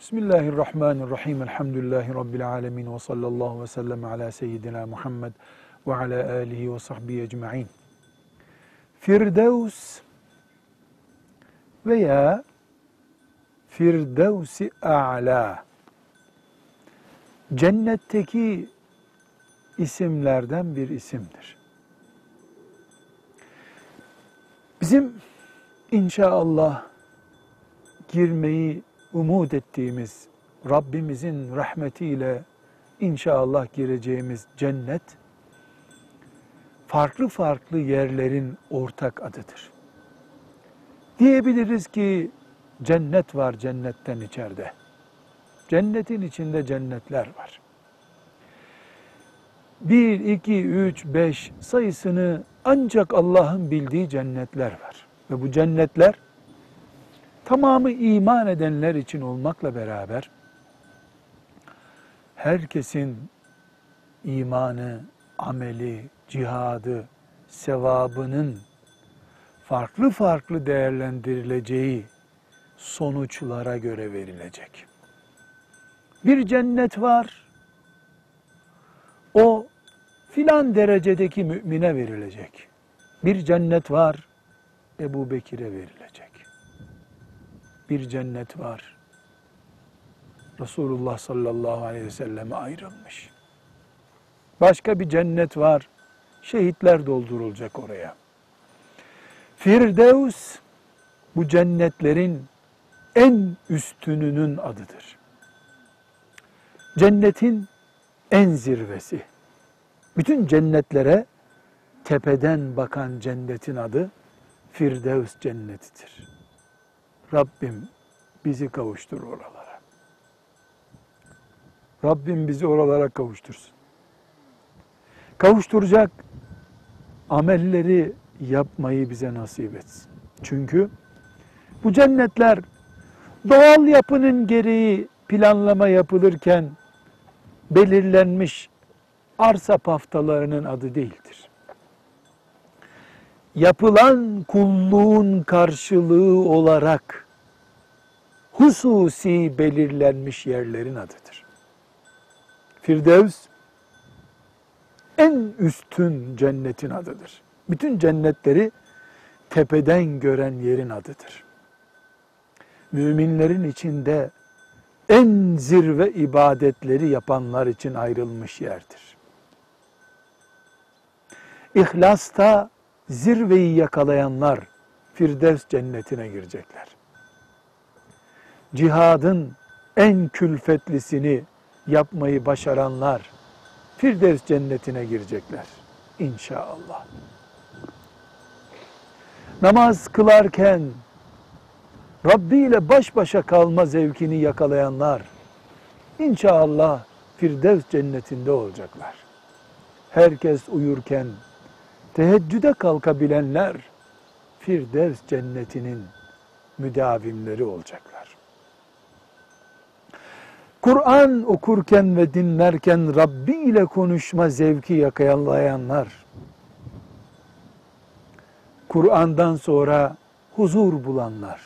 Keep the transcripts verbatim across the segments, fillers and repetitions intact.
Bismillahirrahmanirrahim. Elhamdülillahi Rabbil alemin. Ve sallallahu ve sellem ala seyyidina Muhammed ve ala alihi ve sahbihi ecma'in. Firdevs veya Firdevs-i A'la cennetteki isimlerden bir isimdir. Bizim inşallah girmeyi umut ettiğimiz, Rabbimizin rahmetiyle inşallah gireceğimiz cennet, farklı farklı yerlerin ortak adıdır. Diyebiliriz ki cennet var cennetten içeride. Cennetin içinde cennetler var. Bir, iki, üç, beş sayısını ancak Allah'ın bildiği cennetler var. Ve bu cennetler tamamı iman edenler için olmakla beraber herkesin imanı, ameli, cihadı, sevabının farklı farklı değerlendirileceği sonuçlara göre verilecek. Bir cennet var, o filan derecedeki mümine verilecek. Bir cennet var, Ebu Bekir'e verilecek. Bir cennet var, Resulullah sallallahu aleyhi ve selleme ayrılmış. Başka bir cennet var, şehitler doldurulacak oraya. Firdevs, bu cennetlerin en üstününün adıdır. Cennetin en zirvesi. Bütün cennetlere tepeden bakan cennetin adı Firdevs cennetidir. Rabbim bizi kavuştur oralara. Rabbim bizi oralara kavuştursun. Kavuşturacak amelleri yapmayı bize nasip etsin. Çünkü bu cennetler doğal yapının gereği planlama yapılırken belirlenmiş arsa paftalarının adı değildir. Yapılan kulluğun karşılığı olarak hususi belirlenmiş yerlerin adıdır. Firdevs en üstün cennetin adıdır. Bütün cennetleri tepeden gören yerin adıdır. Müminlerin içinde en zirve ibadetleri yapanlar için ayrılmış yerdir. İhlasta zirveyi yakalayanlar Firdevs cennetine girecekler. Cihadın en külfetlisini yapmayı başaranlar Firdevs cennetine girecekler İnşallah. Namaz kılarken Rabbi ile baş başa kalma zevkini yakalayanlar İnşallah Firdevs cennetinde olacaklar. Herkes uyurken teheccüde kalkabilenler Firdevs cennetinin müdavimleri olacaklar. Kur'an okurken ve dinlerken Rabbi ile konuşma zevki yakalayanlar, Kur'an'dan sonra huzur bulanlar,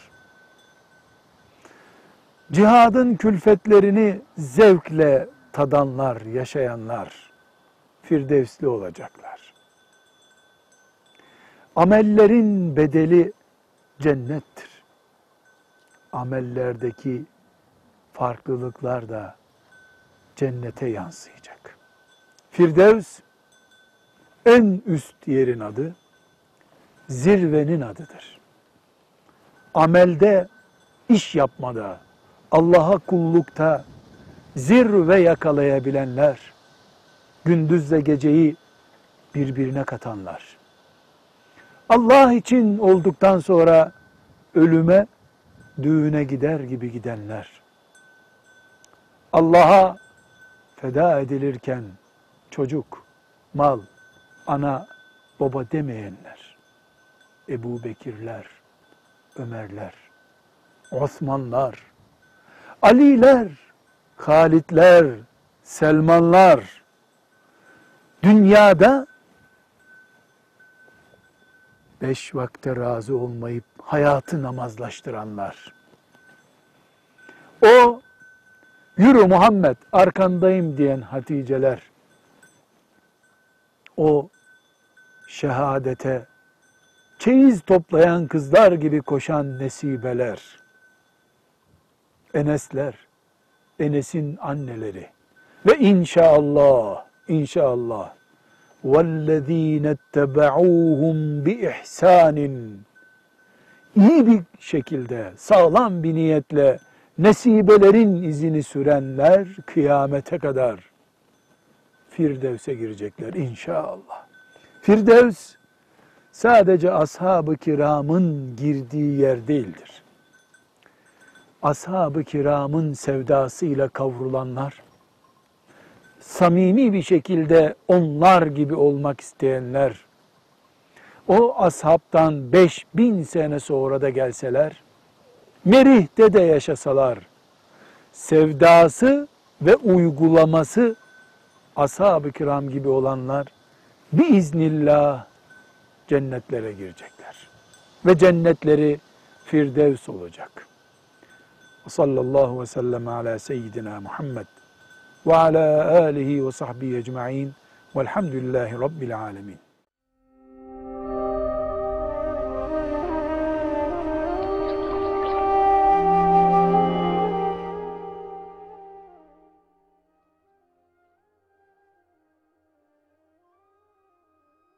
cihadın külfetlerini zevkle tadanlar, yaşayanlar Firdevsli olacaklar. Amellerin bedeli cennettir. Amellerdeki farklılıklar da cennete yansıyacak. Firdevs en üst yerin adı, zirvenin adıdır. Amelde, iş yapmada, Allah'a kullukta zirve yakalayabilenler, gündüzle geceyi birbirine katanlar. Allah için olduktan sonra ölüme, düğüne gider gibi gidenler. Allah'a feda edilirken çocuk, mal, ana, baba demeyenler. Ebu Bekirler, Ömerler, Osmanlar, Aliler, Halitler, Selmanlar, dünyada beş vakte razı olmayıp hayatı namazlaştıranlar. O yürü Muhammed arkandayım diyen Haticeler, o şehadete çeyiz toplayan kızlar gibi koşan Nesibeler, Enesler, Enes'in anneleri ve inşallah, inşallah وَالَّذ۪ينَ اتَّبَعُوهُمْ بِإِحْسَانٍ iyi bir şekilde, sağlam bir niyetle nesibelerin izini sürenler kıyamete kadar Firdevs'e girecekler inşallah. Firdevs sadece ashab-ı kiramın girdiği yer değildir. Ashab-ı kiramın sevdasıyla kavrulanlar, samimi bir şekilde onlar gibi olmak isteyenler, o ashabtan beş bin sene sonra da gelseler, Merih'te de yaşasalar, sevdası ve uygulaması ashab-ı kiram gibi olanlar biiznillah cennetlere girecekler. Ve cennetleri Firdevs olacak. Sallallahu ve sellem ala seyyidina Muhammed ve ala alihi ve sahbihi ecma'in velhamdülillahi rabbil alemin.